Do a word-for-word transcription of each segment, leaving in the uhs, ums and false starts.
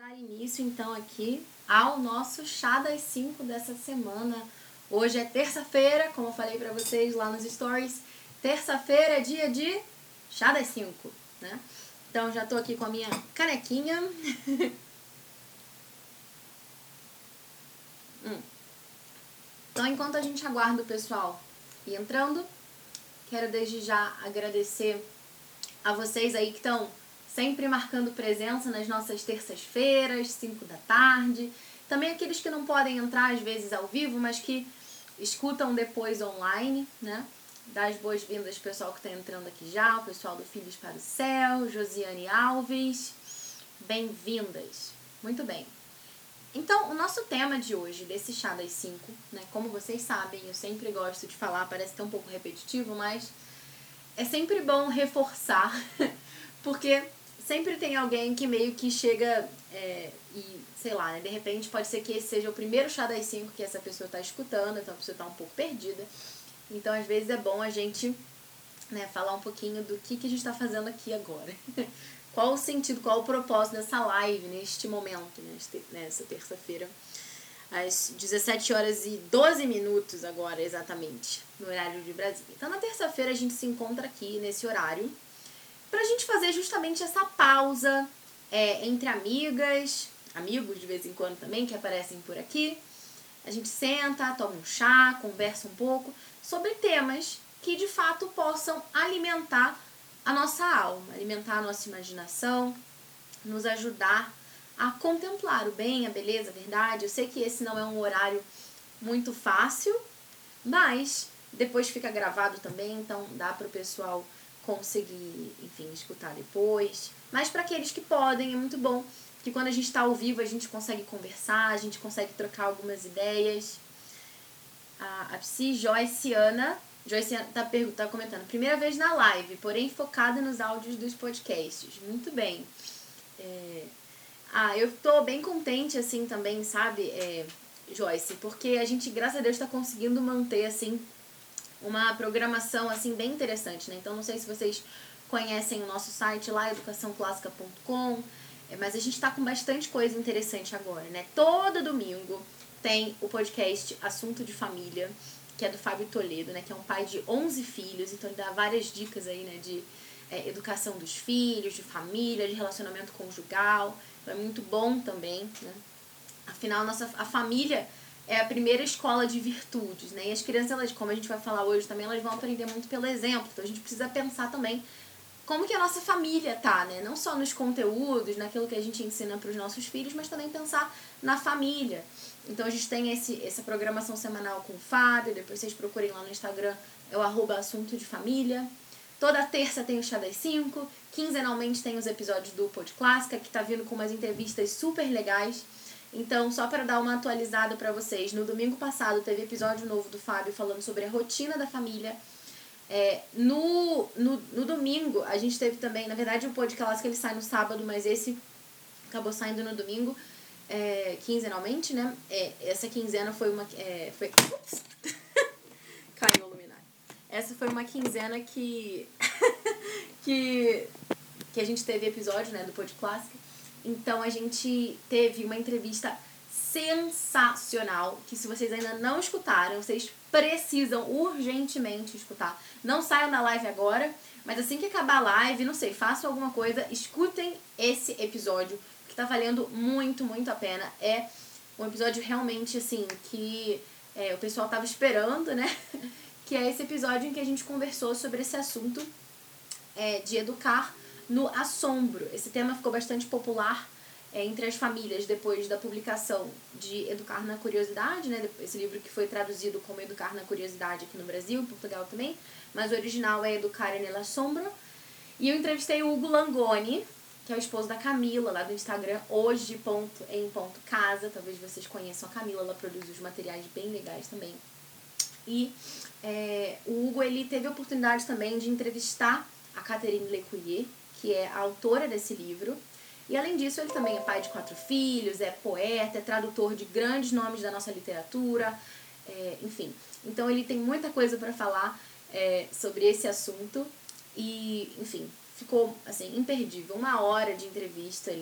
Dar início então aqui ao nosso chá das cinco dessa semana. Hoje é terça-feira, como eu falei pra vocês lá nos stories. Terça-feira é dia de chá das cinco, né? Então já tô aqui com a minha canequinha. hum. Então enquanto a gente aguarda o pessoal ir entrando, quero desde já agradecer a vocês aí que estão sempre marcando presença nas nossas terças-feiras, cinco da tarde. Também aqueles que não podem entrar, às vezes, ao vivo, mas que escutam depois online, né? Dar as boas-vindas ao pessoal que está entrando aqui já, o pessoal do Filhos para o Céu, Josiane Alves. Bem-vindas. Muito bem. Então, o nosso tema de hoje, desse chá das cinco, né? Como vocês sabem, eu sempre gosto de falar, parece que é um pouco repetitivo, mas é sempre bom reforçar, porque sempre tem alguém que meio que chega é, e, sei lá, né, de repente pode ser que esse seja o primeiro chá das cinco que essa pessoa está escutando, então a pessoa está um pouco perdida. Então, às vezes é bom a gente, né, falar um pouquinho do que, que a gente está fazendo aqui agora. Qual o sentido, qual o propósito dessa live, neste momento, neste, nessa terça-feira, às dezessete horas e doze minutos agora, exatamente, no horário de Brasília. Então, na terça-feira a gente se encontra aqui nesse horário pra gente fazer justamente essa pausa é, entre amigas, amigos de vez em quando também, que aparecem por aqui. A gente senta, toma um chá, conversa um pouco sobre temas que de fato possam alimentar a nossa alma, alimentar a nossa imaginação, nos ajudar a contemplar o bem, a beleza, a verdade. Eu sei que esse não é um horário muito fácil, mas depois fica gravado também, então dá para o pessoal conseguir, enfim, escutar depois. Mas para aqueles que podem, é muito bom, porque quando a gente está ao vivo a gente consegue conversar, a gente consegue trocar algumas ideias. A, a Psi Joyciana, Joyciana tá, tá comentando, primeira vez na live, porém focada nos áudios dos podcasts. Muito bem. É, ah, eu tô bem contente, assim, também, sabe, é, Joyce, porque a gente, graças a Deus, tá conseguindo manter, assim, uma programação, assim, bem interessante, né? Então, não sei se vocês conhecem o nosso site lá, educação clássica ponto com, é, mas a gente tá com bastante coisa interessante agora, né? Todo domingo tem o podcast Assunto de Família, que é do Fábio Toledo, né? Que é um pai de onze filhos, então ele dá várias dicas aí, né? De é, educação dos filhos, de família, de relacionamento conjugal. Então, é muito bom também, né? Afinal, nossa, a família é a primeira escola de virtudes, né? E as crianças, elas, como a gente vai falar hoje também, elas vão aprender muito pelo exemplo. Então, a gente precisa pensar também como que a nossa família tá, né? Não só nos conteúdos, naquilo que a gente ensina para os nossos filhos, mas também pensar na família. Então, a gente tem esse, essa programação semanal com o Fábio, depois vocês procurem lá no Instagram, é o arroba assunto de família. Toda terça tem o Chá das cinco, quinzenalmente tem os episódios do Pod Clássica, que tá vindo com umas entrevistas super legais. Então, só para dar uma atualizada para vocês, no domingo passado teve episódio novo do Fábio falando sobre a rotina da família. É, no, no, no domingo, a gente teve também, na verdade o Pod Clássica ele sai no sábado, mas esse acabou saindo no domingo, é, quinzenalmente, né? É, essa quinzena foi uma... É, foi... Ups! Caiu o luminário. Essa foi uma quinzena que... que, que a gente teve episódio, né, do Pod Clássica. Então a gente teve uma entrevista sensacional, que se vocês ainda não escutaram, vocês precisam urgentemente escutar. Não saiam da live agora, mas assim que acabar a live, não sei, façam alguma coisa, escutem esse episódio, que tá valendo muito, muito a pena. É um episódio realmente, assim, que é, o pessoal tava esperando, né? Que é esse episódio em que a gente conversou sobre esse assunto é, de educar no assombro. Esse tema ficou bastante popular é, entre as famílias depois da publicação de Educar na Curiosidade, né? Esse livro que foi traduzido como Educar na Curiosidade aqui no Brasil, em Portugal também, mas o original é Educar nel Assombro. E eu entrevistei o Hugo Langoni, que é o esposo da Camila, lá do Instagram, hoje ponto em ponto casa. Talvez vocês conheçam a Camila, ela produz os materiais bem legais também. E é, o Hugo, ele teve a oportunidade também de entrevistar a Catherine Lecuyer, que é a autora desse livro. E além disso, ele também é pai de quatro filhos, é poeta, é tradutor de grandes nomes da nossa literatura, é, enfim. Então ele tem muita coisa para falar é, sobre esse assunto e, enfim, ficou assim, imperdível. Uma hora de entrevista ali,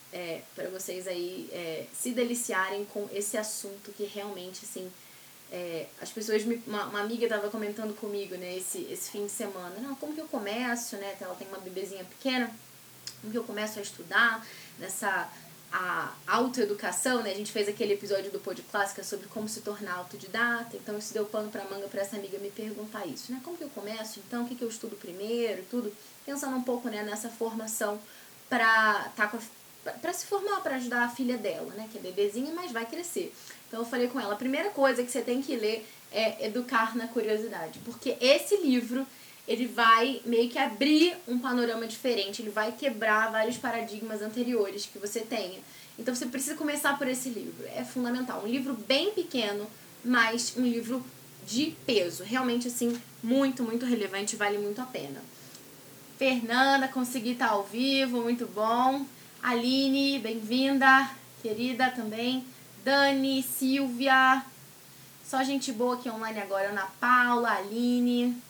é, para vocês aí é, se deliciarem com esse assunto que realmente, assim, é, as pessoas, me, uma, uma amiga estava comentando comigo, né, esse, esse fim de semana, não, como que eu começo, né, ela tem uma bebezinha pequena, como que eu começo a estudar nessa a autoeducação, né? A gente fez aquele episódio do Pod Clássica sobre como se tornar autodidata, então isso deu pano pra manga pra essa amiga me perguntar isso, né? Como que eu começo, então? O que que eu estudo primeiro, tudo? Pensando um pouco, né, nessa formação pra, tá com a, pra se formar, pra ajudar a filha dela, né? Que é bebezinha, mas vai crescer. Então eu falei com ela, a primeira coisa que você tem que ler é Educar na Curiosidade, porque esse livro ele vai meio que abrir um panorama diferente, ele vai quebrar vários paradigmas anteriores que você tenha. Então você precisa começar por esse livro, é fundamental. Um livro bem pequeno, mas um livro de peso. Realmente, assim, muito, muito relevante, vale muito a pena. Fernanda, consegui estar ao vivo, muito bom. Aline, bem-vinda, querida também. Dani, Silvia, só gente boa aqui online agora. Ana Paula, Aline...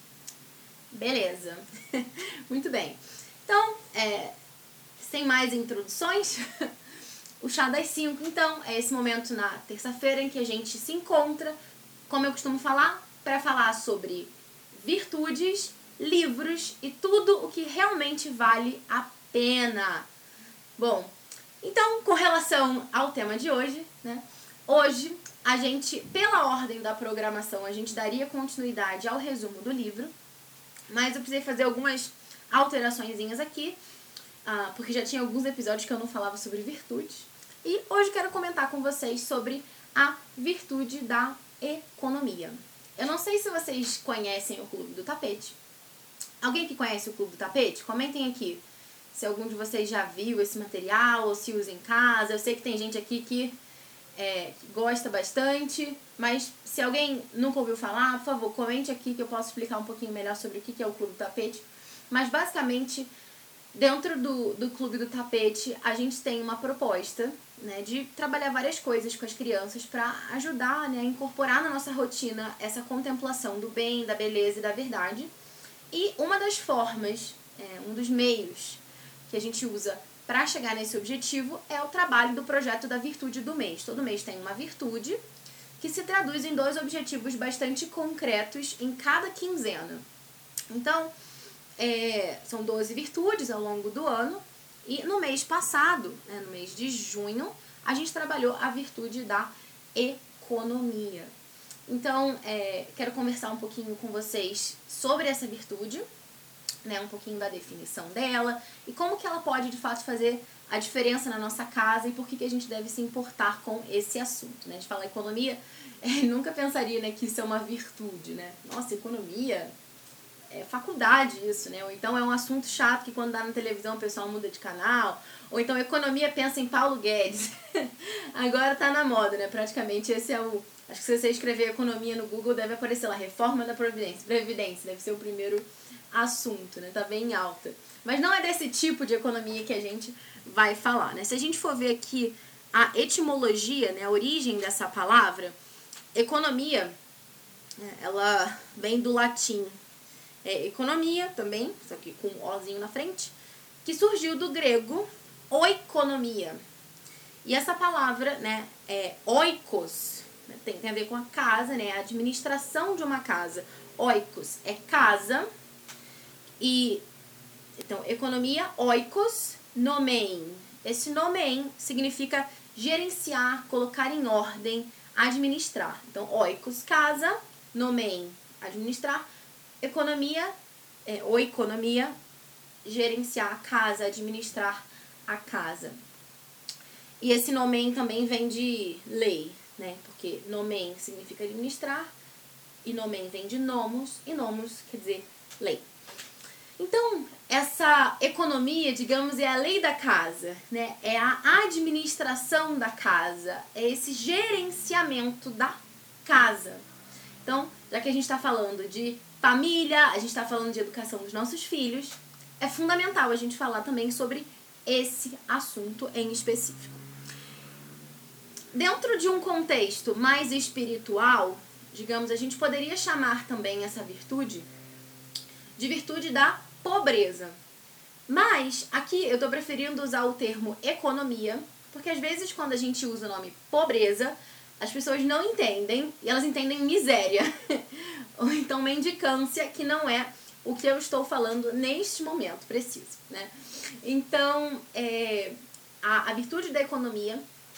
Beleza. Muito bem. Então, é, sem mais introduções, o Chá das cinco, então, é esse momento na terça-feira em que a gente se encontra, como eu costumo falar, para falar sobre virtudes, livros e tudo o que realmente vale a pena. Bom, então, com relação ao tema de hoje, né? Hoje, a gente, pela ordem da programação, a gente daria continuidade ao resumo do livro, mas eu precisei fazer algumas alteraçõezinhas aqui, uh, porque já tinha alguns episódios que eu não falava sobre virtudes. E hoje quero comentar com vocês sobre a virtude da economia. Eu não sei se vocês conhecem o Clube do Tapete. Alguém que conhece o Clube do Tapete? Comentem aqui se algum de vocês já viu esse material ou se usa em casa. Eu sei que tem gente aqui que É, gosta bastante, mas se alguém nunca ouviu falar, por favor, comente aqui que eu posso explicar um pouquinho melhor sobre o que é o Clube do Tapete. Mas basicamente, dentro do, do Clube do Tapete, a gente tem uma proposta, né, de trabalhar várias coisas com as crianças para ajudar, né, a incorporar na nossa rotina essa contemplação do bem, da beleza e da verdade. E uma das formas, é, um dos meios que a gente usa para chegar nesse objetivo é o trabalho do projeto da virtude do mês. Todo mês tem uma virtude que se traduz em dois objetivos bastante concretos em cada quinzena. Então, é, são doze virtudes ao longo do ano e no mês passado, né, no mês de junho, a gente trabalhou a virtude da economia. Então, é, quero conversar um pouquinho com vocês sobre essa virtude, né, um pouquinho da definição dela e como que ela pode de fato fazer a diferença na nossa casa e por que, que a gente deve se importar com esse assunto, né? A gente fala economia, é, nunca pensaria, né, que isso é uma virtude, né? Nossa, economia é faculdade isso, né? Ou então é um assunto chato que quando dá na televisão o pessoal muda de canal, ou então economia pensa em Paulo Guedes. Agora tá na moda, né? Praticamente esse é o... Acho que se você escrever economia no Google deve aparecer lá, reforma da Previdência, Previdência, deve ser o primeiro assunto, né? Tá bem alta. Mas não é desse tipo de economia que a gente vai falar, né? Se a gente for ver aqui a etimologia, né, a origem dessa palavra, economia, ela vem do latim é, economia também, isso aqui com um ozinho na frente, que surgiu do grego oikonomia. E essa palavra, né, é oikos, tem, tem a ver com a casa, né, a administração de uma casa. Oikos é casa. E, então, economia, oikos, nomen. Esse nomen significa gerenciar, colocar em ordem, administrar. Então, oikos, casa, nomen, administrar. Economia, é, oikonomia, gerenciar a casa, administrar a casa. E esse nomen também vem de lei, né? Porque nomen significa administrar, e nomen vem de nomos, e nomos quer dizer lei. Então, essa economia, digamos, é a lei da casa, né? É a administração da casa, é esse gerenciamento da casa. Então, já que a gente está falando de família, a gente está falando de educação dos nossos filhos, é fundamental a gente falar também sobre esse assunto em específico. Dentro de um contexto mais espiritual, digamos, a gente poderia chamar também essa virtude de virtude da pobreza. Mas aqui eu tô preferindo usar o termo economia, porque às vezes quando a gente usa o nome pobreza, as pessoas não entendem e elas entendem miséria ou então mendicância, que não é o que eu estou falando neste momento preciso, né? Então, é, a, a virtude da economia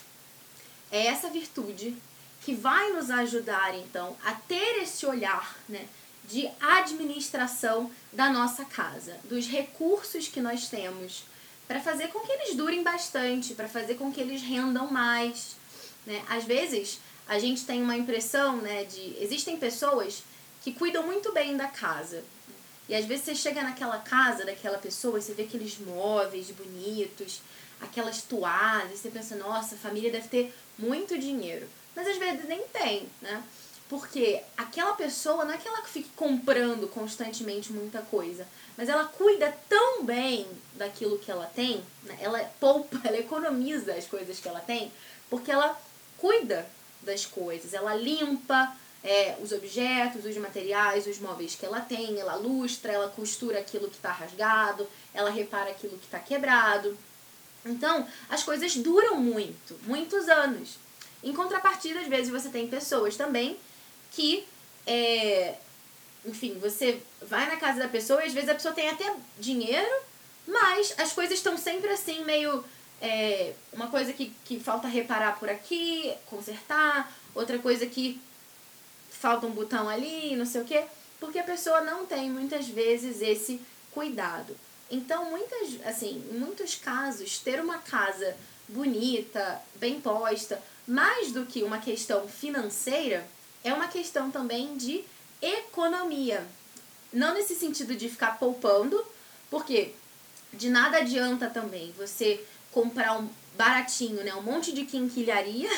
é essa virtude que vai nos ajudar, então, a ter esse olhar, né, de administração da nossa casa, dos recursos que nós temos, para fazer com que eles durem bastante, para fazer com que eles rendam mais, né? Às vezes, a gente tem uma impressão, né, de... Existem pessoas que cuidam muito bem da casa. E às vezes você chega naquela casa daquela pessoa e você vê aqueles móveis bonitos, aquelas toalhas, você pensa, nossa, a família deve ter muito dinheiro. Mas às vezes nem tem, né? Porque aquela pessoa não é que ela fique comprando constantemente muita coisa, mas ela cuida tão bem daquilo que ela tem, né? Ela poupa, ela economiza as coisas que ela tem, porque ela cuida das coisas, ela limpa é, os objetos, os materiais, os móveis que ela tem, ela lustra, ela costura aquilo que está rasgado, ela repara aquilo que está quebrado. Então, as coisas duram muito, muitos anos. Em contrapartida, às vezes você tem pessoas também que, é, enfim, você vai na casa da pessoa e às vezes a pessoa tem até dinheiro, mas as coisas estão sempre assim, meio... É, uma coisa que, que falta reparar por aqui, consertar, outra coisa que falta um botão ali, não sei o quê, porque a pessoa não tem muitas vezes esse cuidado. Então, muitas, assim, em muitos casos, ter uma casa bonita, bem posta, mais do que uma questão financeira, é uma questão também de economia. Não nesse sentido de ficar poupando, porque de nada adianta também você comprar um baratinho, né, um monte de quinquilharia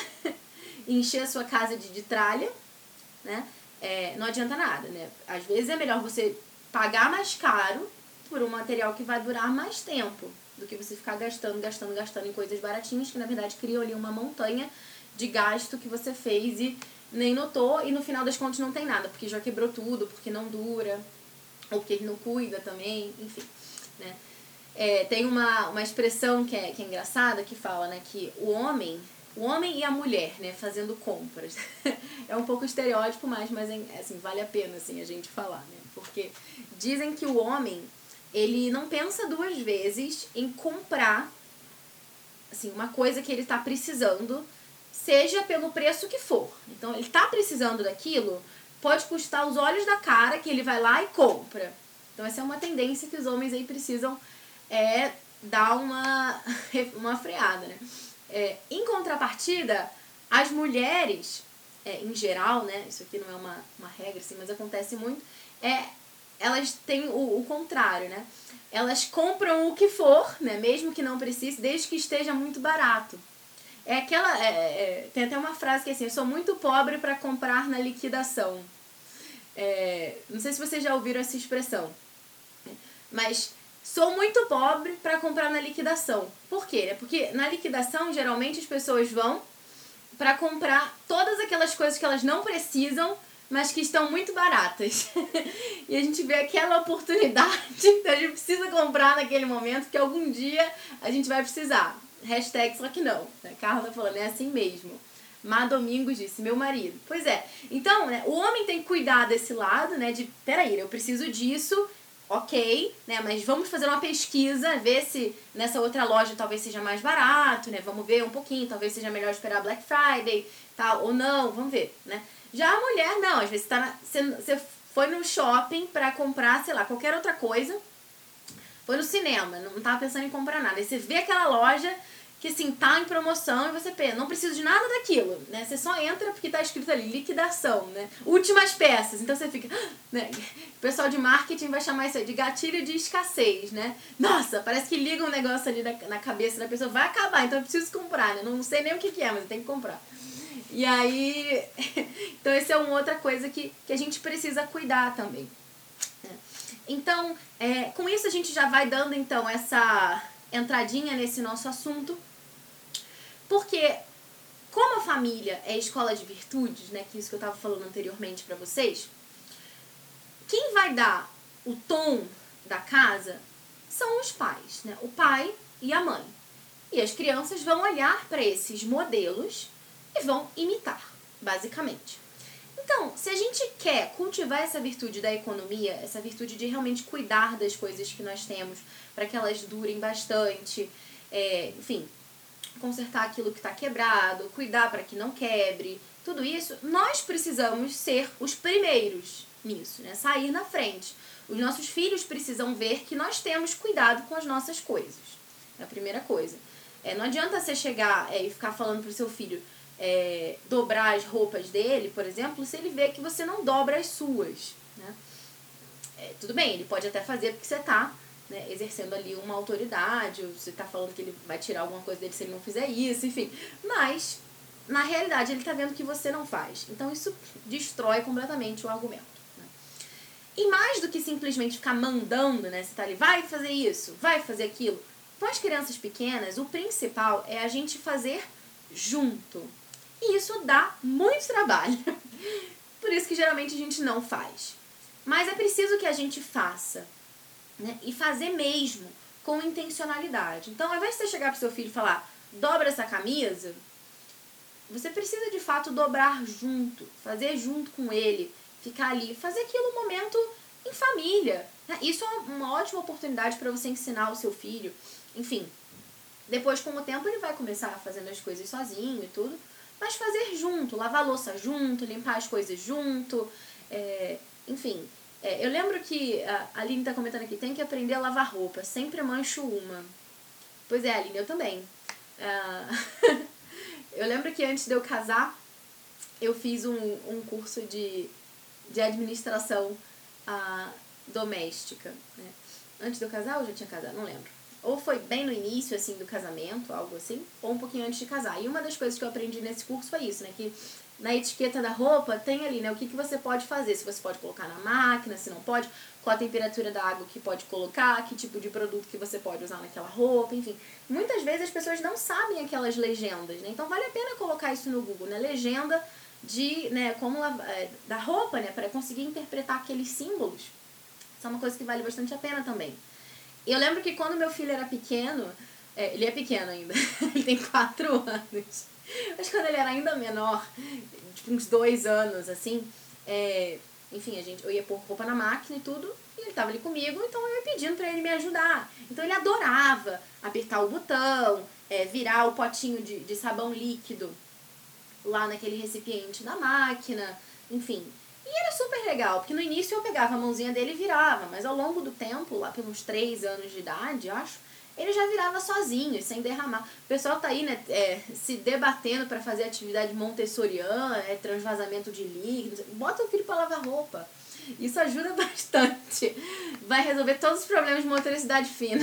e encher a sua casa de, de tralha, né? É, não adianta nada, né? Às vezes é melhor você pagar mais caro por um material que vai durar mais tempo do que você ficar gastando, gastando, gastando em coisas baratinhas que na verdade criam ali uma montanha de gasto que você fez e nem notou e no final das contas não tem nada, porque já quebrou tudo, porque não dura, ou porque ele não cuida também, enfim, né? É, tem uma, uma expressão que é, que é engraçada, que fala, né, que o homem, o homem e a mulher, né, fazendo compras. É um pouco estereótipo, mas, mas assim, vale a pena assim, a gente falar, né? Porque dizem que o homem, ele não pensa duas vezes em comprar assim, uma coisa que ele está precisando, seja pelo preço que for. Então, ele está precisando daquilo, pode custar os olhos da cara que ele vai lá e compra. Então, essa é uma tendência que os homens aí precisam é, dar uma, uma freada, né? É, em contrapartida, as mulheres, é, em geral, né? Isso aqui não é uma, uma regra, assim, mas acontece muito, é, elas têm o, o contrário, né? Elas compram o que for, né? Mesmo que não precise, desde que esteja muito barato. É aquela, é, é, tem até uma frase que é assim, eu sou muito pobre para comprar na liquidação. É, não sei se vocês já ouviram essa expressão, mas sou muito pobre para comprar na liquidação. Por quê? Porque na liquidação, geralmente, as pessoas vão para comprar todas aquelas coisas que elas não precisam, mas que estão muito baratas. E a gente vê aquela oportunidade que a gente precisa comprar naquele momento, que algum dia a gente vai precisar. Hashtag só que não. A Carla tá falando, é assim mesmo. Má Domingos disse, meu marido. Pois é. Então, né, o homem tem que cuidar desse lado, né, de, peraí, eu preciso disso, ok, né, mas vamos fazer uma pesquisa, ver se nessa outra loja talvez seja mais barato, né, vamos ver um pouquinho, talvez seja melhor esperar Black Friday, tal, ou não, vamos ver, né. Já a mulher, não, às vezes tá na, você, você foi no shopping pra comprar, sei lá, qualquer outra coisa, foi no cinema, não tava pensando em comprar nada, aí você vê aquela loja que assim, tá em promoção e você pensa, não preciso de nada daquilo, né? Você só entra porque tá escrito ali, liquidação, né? Últimas peças. Então você fica, né? O pessoal de marketing vai chamar isso aí de gatilho de escassez, né? Nossa, parece que liga um negócio ali na, na cabeça da pessoa, vai acabar, então eu preciso comprar, né? Não sei nem o que que é, mas eu tenho que comprar. E aí, então essa é uma outra coisa que, que a gente precisa cuidar também. Então, é, com isso a gente já vai dando então essa entradinha nesse nosso assunto. Porque, como a família é escola de virtudes, né, que é isso que eu estava falando anteriormente para vocês, quem vai dar o tom da casa são os pais, né? O pai e a mãe. E as crianças vão olhar para esses modelos e vão imitar, basicamente. Então, se a gente quer cultivar essa virtude da economia, essa virtude de realmente cuidar das coisas que nós temos, para que elas durem bastante, é, enfim, consertar aquilo que está quebrado, cuidar para que não quebre, tudo isso, nós precisamos ser os primeiros nisso, né? Sair na frente. Os nossos filhos precisam ver que nós temos cuidado com as nossas coisas. É a primeira coisa. É, não adianta você chegar é, e ficar falando pro seu filho é, dobrar as roupas dele, por exemplo, se ele vê que você não dobra as suas, né? É, tudo bem, ele pode até fazer porque você está, né, exercendo ali uma autoridade, ou você está falando que ele vai tirar alguma coisa dele se ele não fizer isso, enfim. Mas, na realidade, ele está vendo que você não faz. Então, isso destrói completamente o argumento. Né? E mais do que simplesmente ficar mandando, né, você está ali, vai fazer isso, vai fazer aquilo. Com as crianças pequenas, o principal é a gente fazer junto. E isso dá muito trabalho. Por isso que geralmente a gente não faz. Mas é preciso que a gente faça. Né? E fazer mesmo, com intencionalidade. Então, ao invés de você chegar pro seu filho e falar, dobra essa camisa, você precisa de fato dobrar junto, fazer junto com ele, ficar ali, fazer aquilo um momento em família. Né? Isso é uma ótima oportunidade para você ensinar o seu filho. Enfim, depois com o tempo ele vai começar fazendo as coisas sozinho e tudo, mas fazer junto, lavar a louça junto, limpar as coisas junto, é, enfim. É, eu lembro que a Aline tá comentando aqui, tem que aprender a lavar roupa, sempre mancho uma. Pois é, Aline, eu também. Uh, eu lembro que antes de eu casar, eu fiz um, um curso de, de administração uh, doméstica. Né? Antes de eu casar ou já tinha casado? Não lembro. Ou foi bem no início, assim, do casamento, algo assim, ou um pouquinho antes de casar. E uma das coisas que eu aprendi nesse curso foi isso, né, que na etiqueta da roupa tem ali, né, o que, que você pode fazer, se você pode colocar na máquina, se não pode, qual a temperatura da água que pode colocar, que tipo de produto que você pode usar naquela roupa, enfim. Muitas vezes as pessoas não sabem aquelas legendas, né, então vale a pena colocar isso no Google, né, legenda de, né, como é, da roupa, né, para conseguir interpretar aqueles símbolos. Isso é uma coisa que vale bastante a pena também. Eu lembro que quando meu filho era pequeno, é, ele é pequeno ainda, ele tem quatro anos, mas quando ele era ainda menor, tipo uns dois anos, assim, é, enfim, a gente, eu ia pôr roupa na máquina e tudo, e ele tava ali comigo, então eu ia pedindo pra ele me ajudar. Então ele adorava apertar o botão, é, virar o potinho de, de sabão líquido lá naquele recipiente da máquina, enfim. E era super legal, porque no início eu pegava a mãozinha dele e virava, mas ao longo do tempo, lá pelos três anos de idade, acho, ele já virava sozinho, sem derramar. O pessoal tá aí, né, é, se debatendo para fazer atividade montessoriana, é, transvasamento de líquidos. Bota o filho para lavar roupa. Isso ajuda bastante. Vai resolver todos os problemas de motoricidade fina.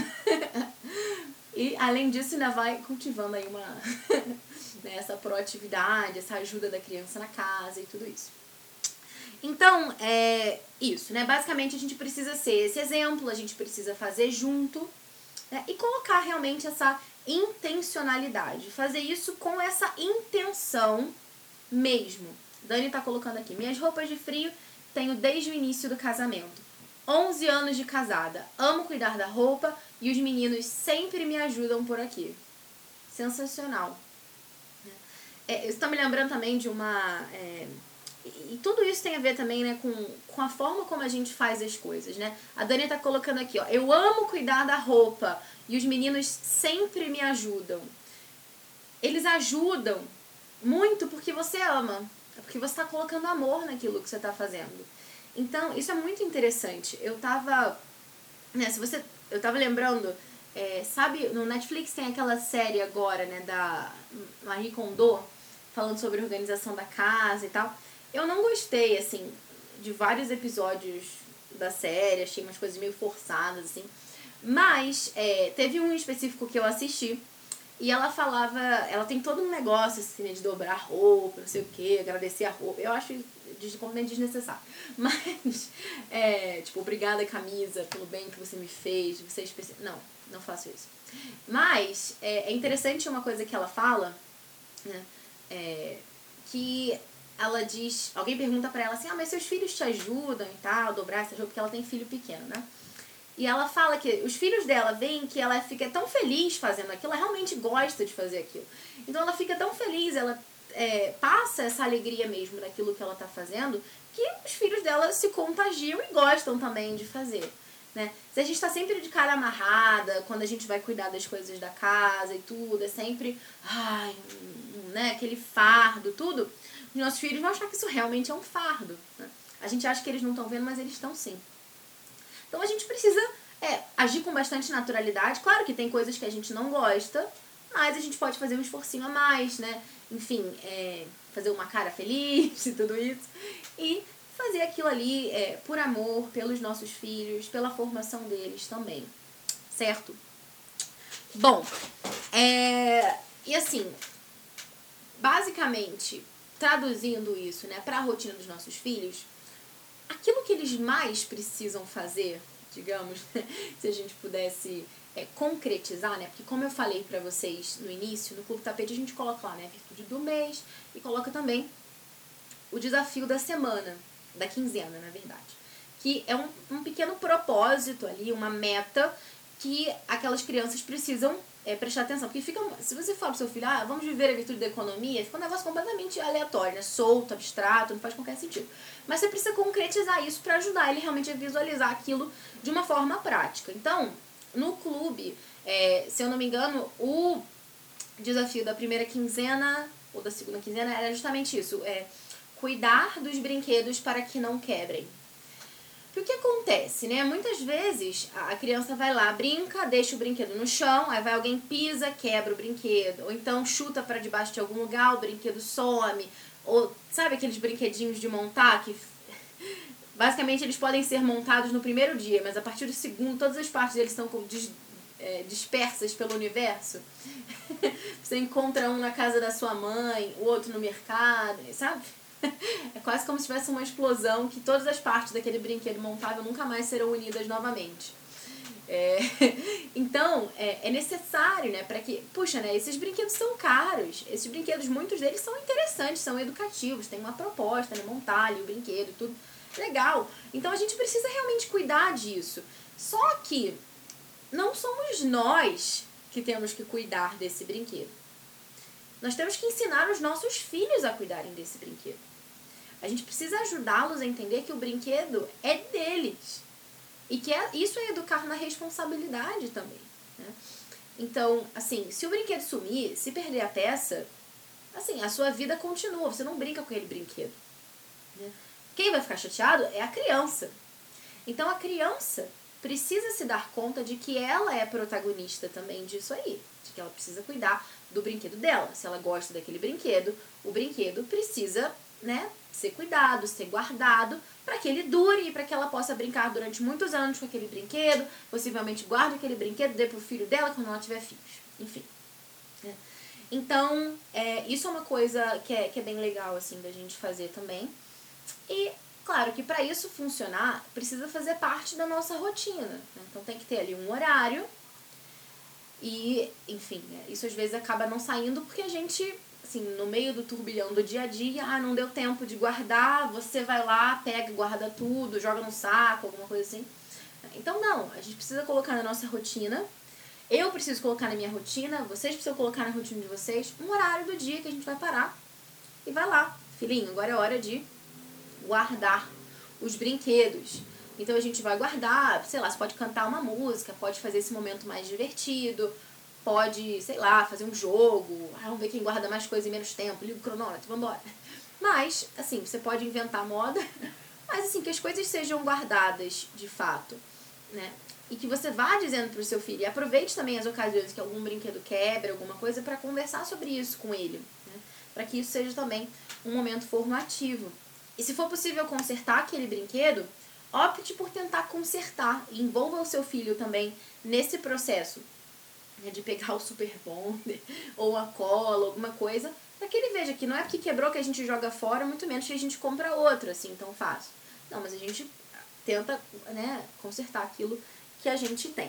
E, além disso, ainda vai cultivando aí uma né, essa proatividade, essa ajuda da criança na casa e tudo isso. Então, é isso, né? Basicamente, a gente precisa ser esse exemplo, a gente precisa fazer junto, né? E colocar realmente essa intencionalidade. Fazer isso com essa intenção mesmo. Dani tá colocando aqui, minhas roupas de frio tenho desde o início do casamento. onze anos de casada. Amo cuidar da roupa e os meninos sempre me ajudam por aqui. Sensacional. É, isso tá me lembrando também de uma... É, e tudo isso tem a ver também, né, com, com a forma como a gente faz as coisas, né? A Dani tá colocando aqui, ó. Eu amo cuidar da roupa e os meninos sempre me ajudam. Eles ajudam muito porque você ama. Porque você tá colocando amor naquilo que você tá fazendo. Então, isso é muito interessante. Eu tava... Né, se você... Eu tava lembrando... É, sabe, no Netflix tem aquela série agora, né, da Marie Kondo, falando sobre a organização da casa e tal. Eu não gostei, assim, de vários episódios da série, achei umas coisas meio forçadas, assim. Mas, é, teve um específico que eu assisti, e ela falava, ela tem todo um negócio, assim, né, de dobrar roupa, não sei o que, agradecer a roupa. Eu acho completamente desnecessário. Mas, é, tipo, obrigada, camisa, pelo bem que você me fez, você é especial. Não, não faço isso. Mas, é, é interessante uma coisa que ela fala, né, é, que... ela diz, alguém pergunta pra ela assim, ah, mas seus filhos te ajudam e tal, dobrar essa roupa, porque ela tem filho pequeno, né? E ela fala que os filhos dela veem que ela fica tão feliz fazendo aquilo, ela realmente gosta de fazer aquilo. Então ela fica tão feliz, ela é, passa essa alegria mesmo daquilo que ela está fazendo, que os filhos dela se contagiam e gostam também de fazer. Né? Se a gente está sempre de cara amarrada, quando a gente vai cuidar das coisas da casa e tudo, é sempre ai, né, aquele fardo, tudo, os nossos filhos vão achar que isso realmente é um fardo. Né? A gente acha que eles não estão vendo, mas eles estão sim. Então a gente precisa é, agir com bastante naturalidade. Claro que tem coisas que a gente não gosta, mas a gente pode fazer um esforcinho a mais, né? Enfim, é, fazer uma cara feliz e tudo isso. E fazer aquilo ali é, por amor, pelos nossos filhos, pela formação deles também. Certo? Bom, é, e assim, basicamente, traduzindo isso, né, para a rotina dos nossos filhos, aquilo que eles mais precisam fazer, digamos, se a gente pudesse é, concretizar, né? Porque como eu falei pra vocês no início, no Clube Tapete a gente coloca lá, né, a virtude do mês e coloca também o desafio da semana, da quinzena, na verdade. Que é um, um pequeno propósito ali, uma meta que aquelas crianças precisam é, prestar atenção. Porque fica, se você fala pro seu filho, ah, vamos viver a virtude da economia, fica um negócio completamente aleatório, né? Solto, abstrato, não faz qualquer sentido. Mas você precisa concretizar isso para ajudar ele realmente a visualizar aquilo de uma forma prática. Então, no clube, é, se eu não me engano, o desafio da primeira quinzena ou da segunda quinzena era justamente isso, é cuidar dos brinquedos para que não quebrem. E o que acontece, né? Muitas vezes a criança vai lá, brinca, deixa o brinquedo no chão, aí vai alguém pisa, quebra o brinquedo, ou então chuta para debaixo de algum lugar, o brinquedo some, ou sabe aqueles brinquedinhos de montar que basicamente eles podem ser montados no primeiro dia, mas a partir do segundo todas as partes deles estão des, é, dispersas pelo universo. Você encontra um na casa da sua mãe, o outro no mercado, sabe? É quase como se tivesse uma explosão que todas as partes daquele brinquedo montável nunca mais serão unidas novamente. É, então, é, é necessário, né, para que... Puxa, né, esses brinquedos são caros. Esses brinquedos, muitos deles são interessantes, são educativos, tem uma proposta, né, montar ali o brinquedo, tudo legal. Então, a gente precisa realmente cuidar disso. Só que não somos nós que temos que cuidar desse brinquedo. Nós temos que ensinar os nossos filhos a cuidarem desse brinquedo. A gente precisa ajudá-los a entender que o brinquedo é deles. E que é, isso é educar na responsabilidade também. Né? Então, assim, se o brinquedo sumir, se perder a peça, assim, a sua vida continua. Você não brinca com aquele brinquedo. Né? Quem vai ficar chateado é a criança. Então, a criança precisa se dar conta de que ela é protagonista também disso aí. De que ela precisa cuidar do brinquedo dela. Se ela gosta daquele brinquedo, o brinquedo precisa, né, ser cuidado, ser guardado, para que ele dure e para que ela possa brincar durante muitos anos com aquele brinquedo, possivelmente guarde aquele brinquedo, dê pro filho dela quando ela tiver filhos. Enfim. Né? Então, é, isso é uma coisa que é, que é bem legal, assim, da gente fazer também. E, claro, que para isso funcionar, precisa fazer parte da nossa rotina. Né? Então, tem que ter ali um horário. E, enfim, né, isso às vezes acaba não saindo porque a gente, assim, no meio do turbilhão do dia a dia, ah, não deu tempo de guardar, você vai lá, pega, guarda tudo, joga no saco, alguma coisa assim. Então, não, a gente precisa colocar na nossa rotina, eu preciso colocar na minha rotina, vocês precisam colocar na rotina de vocês, um horário do dia que a gente vai parar e vai lá, filhinho, agora é hora de guardar os brinquedos. Então a gente vai guardar, sei lá, você pode cantar uma música, pode fazer esse momento mais divertido, pode, sei lá, fazer um jogo, ah, vamos ver quem guarda mais coisa em menos tempo, liga o cronômetro, vambora. Mas, assim, você pode inventar moda, mas assim, que as coisas sejam guardadas de fato, né? E que você vá dizendo pro seu filho, e aproveite também as ocasiões que algum brinquedo quebra, alguma coisa, para conversar sobre isso com ele, né? Para que isso seja também um momento formativo. E se for possível consertar aquele brinquedo, opte por tentar consertar e envolva o seu filho também nesse processo, né, de pegar o super bonder ou a cola, alguma coisa, para que ele veja que não é porque quebrou que a gente joga fora, muito menos que a gente compra outra assim tão fácil. Não, mas a gente tenta, né, consertar aquilo que a gente tem.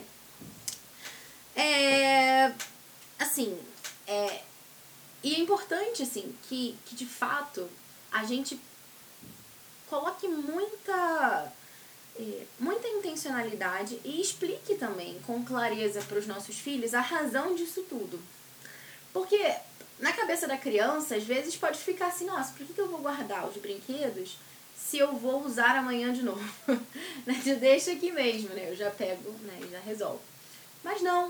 É, assim, é, e é importante assim que, que de fato a gente coloque muita é, muita intencionalidade e explique também com clareza para os nossos filhos a razão disso tudo. Porque na cabeça da criança, às vezes pode ficar assim, nossa, por que eu vou guardar os brinquedos se eu vou usar amanhã de novo? Deixa aqui mesmo, né? Eu já pego, né? E já resolvo. Mas não.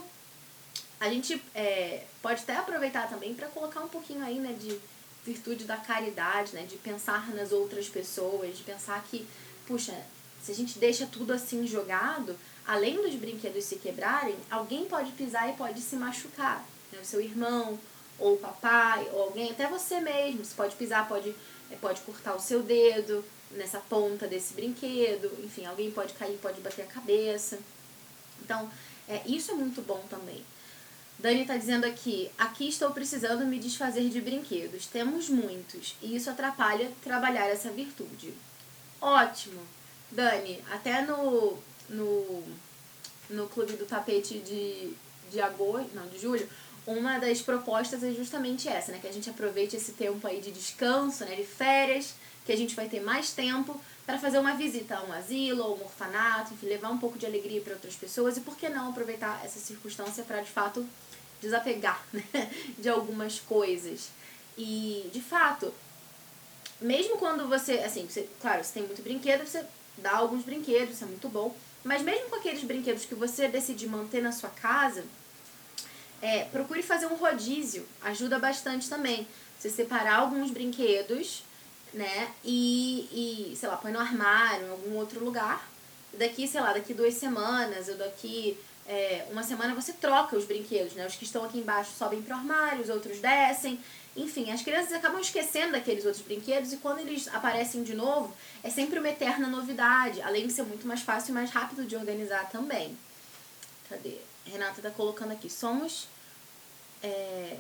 A gente é, pode até aproveitar também para colocar um pouquinho aí, né, de virtude da caridade, né, de pensar nas outras pessoas, de pensar que, puxa, se a gente deixa tudo assim jogado, além dos brinquedos se quebrarem, alguém pode pisar e pode se machucar, né, o seu irmão, ou o papai, ou alguém, até você mesmo, você pode pisar, pode, pode cortar o seu dedo nessa ponta desse brinquedo, enfim, alguém pode cair, pode bater a cabeça. Então, é, isso é muito bom também. Dani está dizendo aqui, aqui estou precisando me desfazer de brinquedos. Temos muitos e isso atrapalha trabalhar essa virtude. Ótimo. Dani, até no, no, no Clube do Tapete de, de agosto, não, de julho, uma das propostas é justamente essa, né? Que a gente aproveite esse tempo aí de descanso, né? De férias, que a gente vai ter mais tempo para fazer uma visita a um asilo ou um orfanato, enfim, levar um pouco de alegria para outras pessoas e por que não aproveitar essa circunstância para, de fato, desapegar, né, de algumas coisas. E, de fato, mesmo quando você, assim, você, claro, você tem muito brinquedo, você dá alguns brinquedos, isso é muito bom, mas mesmo com aqueles brinquedos que você decidir manter na sua casa, é, procure fazer um rodízio, ajuda bastante também. Você separar alguns brinquedos, né, e, e, sei lá, põe no armário, em algum outro lugar, daqui, sei lá, daqui duas semanas, ou daqui é, uma semana você troca os brinquedos, né? Os que estão aqui embaixo sobem pro armário, os outros descem. Enfim, as crianças acabam esquecendo daqueles outros brinquedos e quando eles aparecem de novo, é sempre uma eterna novidade, além de ser muito mais fácil e mais rápido de organizar também. Cadê? Renata tá colocando aqui, somos é,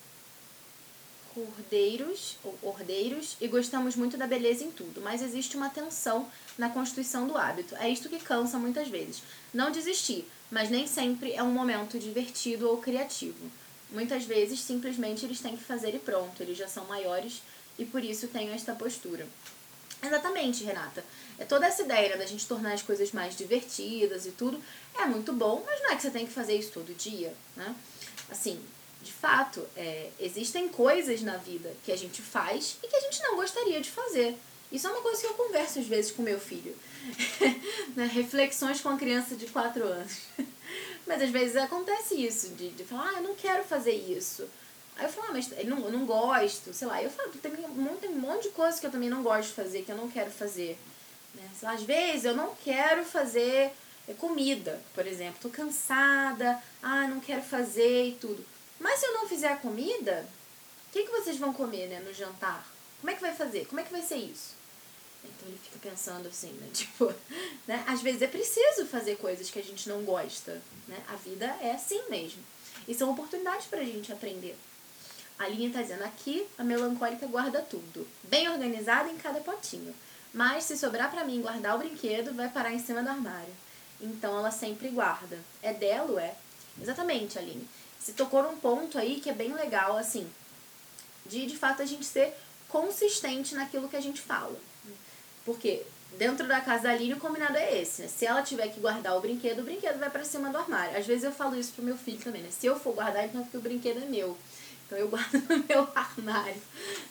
cordeiros, ou ordeiros, e gostamos muito da beleza em tudo, mas existe uma tensão na constituição do hábito. É isto que cansa muitas vezes. Não desistir, mas nem sempre é um momento divertido ou criativo. Muitas vezes, simplesmente, eles têm que fazer e pronto, eles já são maiores e por isso tenho esta postura. Exatamente, Renata. É toda essa ideia, né, da gente tornar as coisas mais divertidas e tudo, é muito bom, mas não é que você tem que fazer isso todo dia, né? Assim, de fato, é, existem coisas na vida que a gente faz e que a gente não gostaria de fazer. Isso é uma coisa que eu converso às vezes com meu filho. Né? Reflexões com a criança de quatro anos. Mas às vezes acontece isso, de, de falar, ah, eu não quero fazer isso. Aí eu falo, ah, mas eu não, eu não gosto, sei lá. Eu falo, tem um, monte, tem um monte de coisas que eu também não gosto de fazer, que eu não quero fazer. Né? Sei lá, às vezes eu não quero fazer comida, por exemplo. Tô cansada, ah, não quero fazer e tudo. Mas se eu não fizer a comida, o que, que vocês vão comer, né, no jantar? Como é que vai fazer? Como é que vai ser isso? Então ele fica pensando assim, né, tipo, né, às vezes é preciso fazer coisas que a gente não gosta, né, a vida é assim mesmo. E são oportunidades pra gente aprender. A linha tá dizendo, aqui a melancólica guarda tudo, bem organizada em cada potinho. Mas se sobrar pra mim guardar o brinquedo, vai parar em cima do armário. Então ela sempre guarda. É dela, é? Exatamente, Aline. Você tocou num ponto aí que é bem legal, assim, de de fato a gente ser consistente naquilo que a gente fala. Porque dentro da casa da Aline o combinado é esse, né? Se ela tiver que guardar o brinquedo, o brinquedo vai pra cima do armário. Às vezes eu falo isso pro meu filho também, né? Se eu for guardar, então é porque o brinquedo é meu. Então eu guardo no meu armário.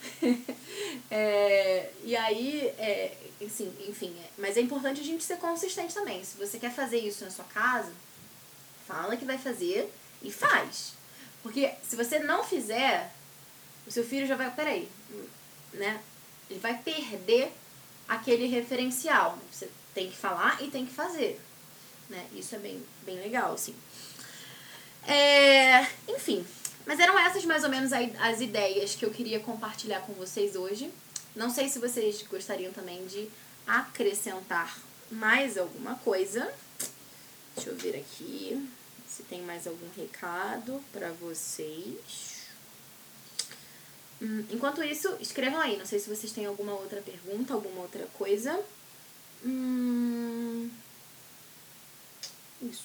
é, e aí, é, assim, enfim, é, mas é importante a gente ser consistente também. Se você quer fazer isso na sua casa, fala que vai fazer e faz. Porque se você não fizer, o seu filho já vai, peraí, né? Ele vai perder aquele referencial. Você tem que falar e tem que fazer. Né? Isso é bem, bem legal, assim. É, enfim, mas eram essas mais ou menos as ideias que eu queria compartilhar com vocês hoje. Não sei se vocês gostariam também de acrescentar mais alguma coisa. Deixa eu ver aqui se tem mais algum recado para vocês. Hum, enquanto isso, escrevam aí. Não sei se vocês têm alguma outra pergunta, alguma outra coisa. Hum, isso.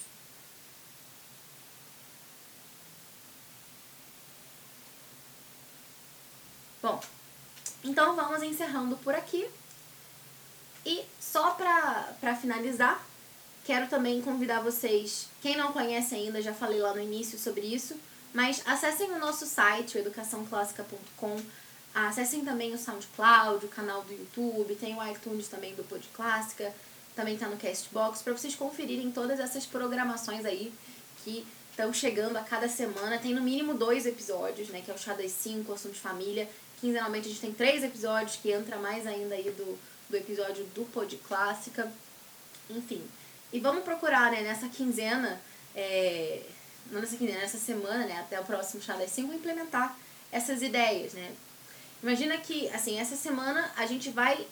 Bom, então vamos encerrando por aqui. E só pra, pra finalizar, quero também convidar vocês, quem não conhece ainda, já falei lá no início sobre isso, mas acessem o nosso site, o educação clássica ponto com, acessem também o SoundCloud, o canal do YouTube, tem o iTunes também do Pod Clássica, também tá no Castbox, para vocês conferirem todas essas programações aí que estão chegando a cada semana. Tem no mínimo dois episódios, né, que é o Chá das cinco, o Assunto de Família. Quinzenalmente a gente tem três episódios, que entra mais ainda aí do, do episódio do Pod Clássica. Enfim, e vamos procurar, né, nessa quinzena, é, não nessa quinzena, nessa semana, né, até o próximo Chá das cinco, implementar essas ideias, né. Imagina que, assim, essa semana a gente vai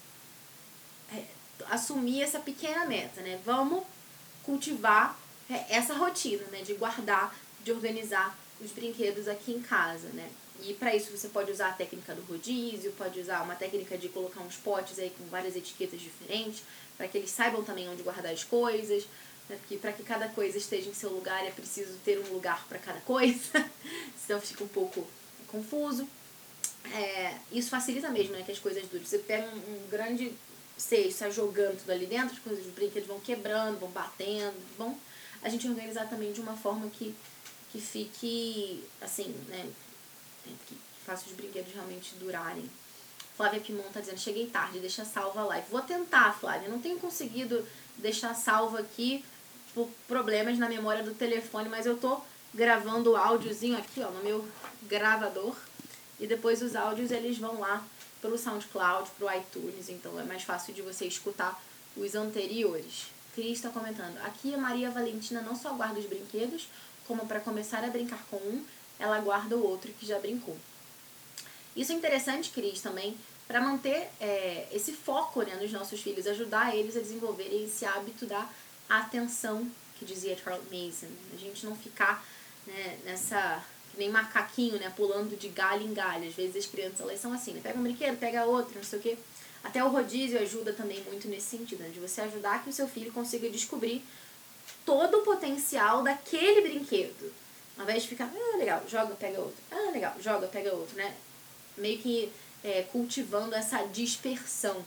é, assumir essa pequena meta, né, vamos cultivar essa rotina, né, de guardar, de organizar os brinquedos aqui em casa, né. E para isso você pode usar a técnica do rodízio, pode usar uma técnica de colocar uns potes aí com várias etiquetas diferentes, para que eles saibam também onde guardar as coisas, né, porque para que cada coisa esteja em seu lugar é preciso ter um lugar para cada coisa, senão fica um pouco confuso. É, isso facilita mesmo, né, que as coisas durem. Você pega um, um grande cesto, sai jogando tudo ali dentro, as coisas, os brinquedos vão quebrando, vão batendo, vão a gente organizar também de uma forma que, que fique, assim, né, que faça os brinquedos realmente durarem. Flávia Pimon tá dizendo, cheguei tarde, deixa salva a live. Vou tentar, Flávia, não tenho conseguido deixar salva aqui por problemas na memória do telefone, mas eu tô gravando o áudiozinho aqui, ó, no meu gravador, e depois os áudios eles vão lá pelo SoundCloud, pro iTunes, então é mais fácil de você escutar os anteriores. Cris está comentando, aqui a Maria Valentina não só guarda os brinquedos, como para começar a brincar com um, ela guarda o outro que já brincou. Isso é interessante, Cris, também, para manter é, esse foco, né, nos nossos filhos, ajudar eles a desenvolverem esse hábito da atenção, que dizia Charles Mason. A gente não ficar, né, nessa, que nem macaquinho, né, pulando de galho em galho. Às vezes as crianças, elas são assim, né, pega um brinquedo, pega outro, não sei o quê. Até o rodízio ajuda também muito nesse sentido, né, de você ajudar que o seu filho consiga descobrir todo o potencial daquele brinquedo. Ao invés de ficar, ah, legal, joga, pega outro. Ah, legal, joga, pega outro, né? Meio que é, cultivando essa dispersão.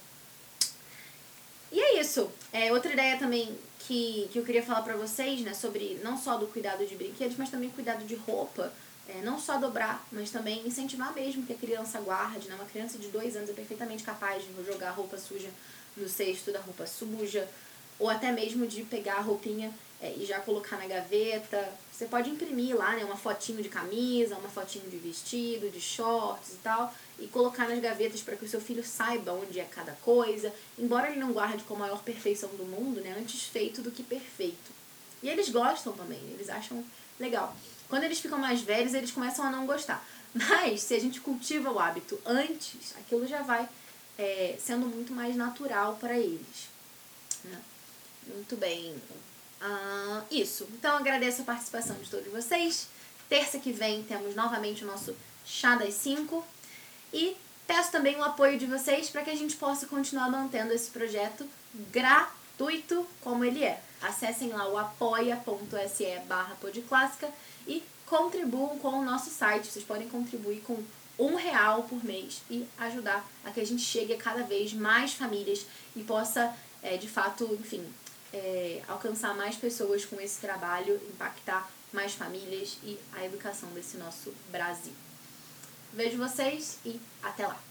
E é isso. É, outra ideia também que, que eu queria falar pra vocês, né, sobre não só do cuidado de brinquedos, mas também cuidado de roupa. É, não só dobrar, mas também incentivar mesmo que a criança guarde, né? Uma criança de dois anos é perfeitamente capaz de jogar roupa suja no cesto da roupa suja, ou até mesmo de pegar a roupinha é, e já colocar na gaveta. Você pode imprimir lá, né, uma fotinho de camisa, uma fotinho de vestido, de shorts e tal, e colocar nas gavetas para que o seu filho saiba onde é cada coisa, embora ele não guarde com a maior perfeição do mundo, né, antes feito do que perfeito. E eles gostam também, eles acham legal. Quando eles ficam mais velhos, eles começam a não gostar. Mas se a gente cultiva o hábito antes, aquilo já vai é, sendo muito mais natural para eles, né? Muito bem. Ah, isso. Então, agradeço a participação de todos vocês. Terça que vem temos novamente o nosso Chá das cinco. E peço também o apoio de vocês para que a gente possa continuar mantendo esse projeto gratuito como ele é. Acessem lá o apoia.se barra podclássica e contribuam com o nosso site. Vocês podem contribuir com um real por mês e ajudar a que a gente chegue a cada vez mais famílias e possa, é, de fato, enfim, é, alcançar mais pessoas com esse trabalho, impactar mais famílias e a educação desse nosso Brasil. Vejo vocês e até lá!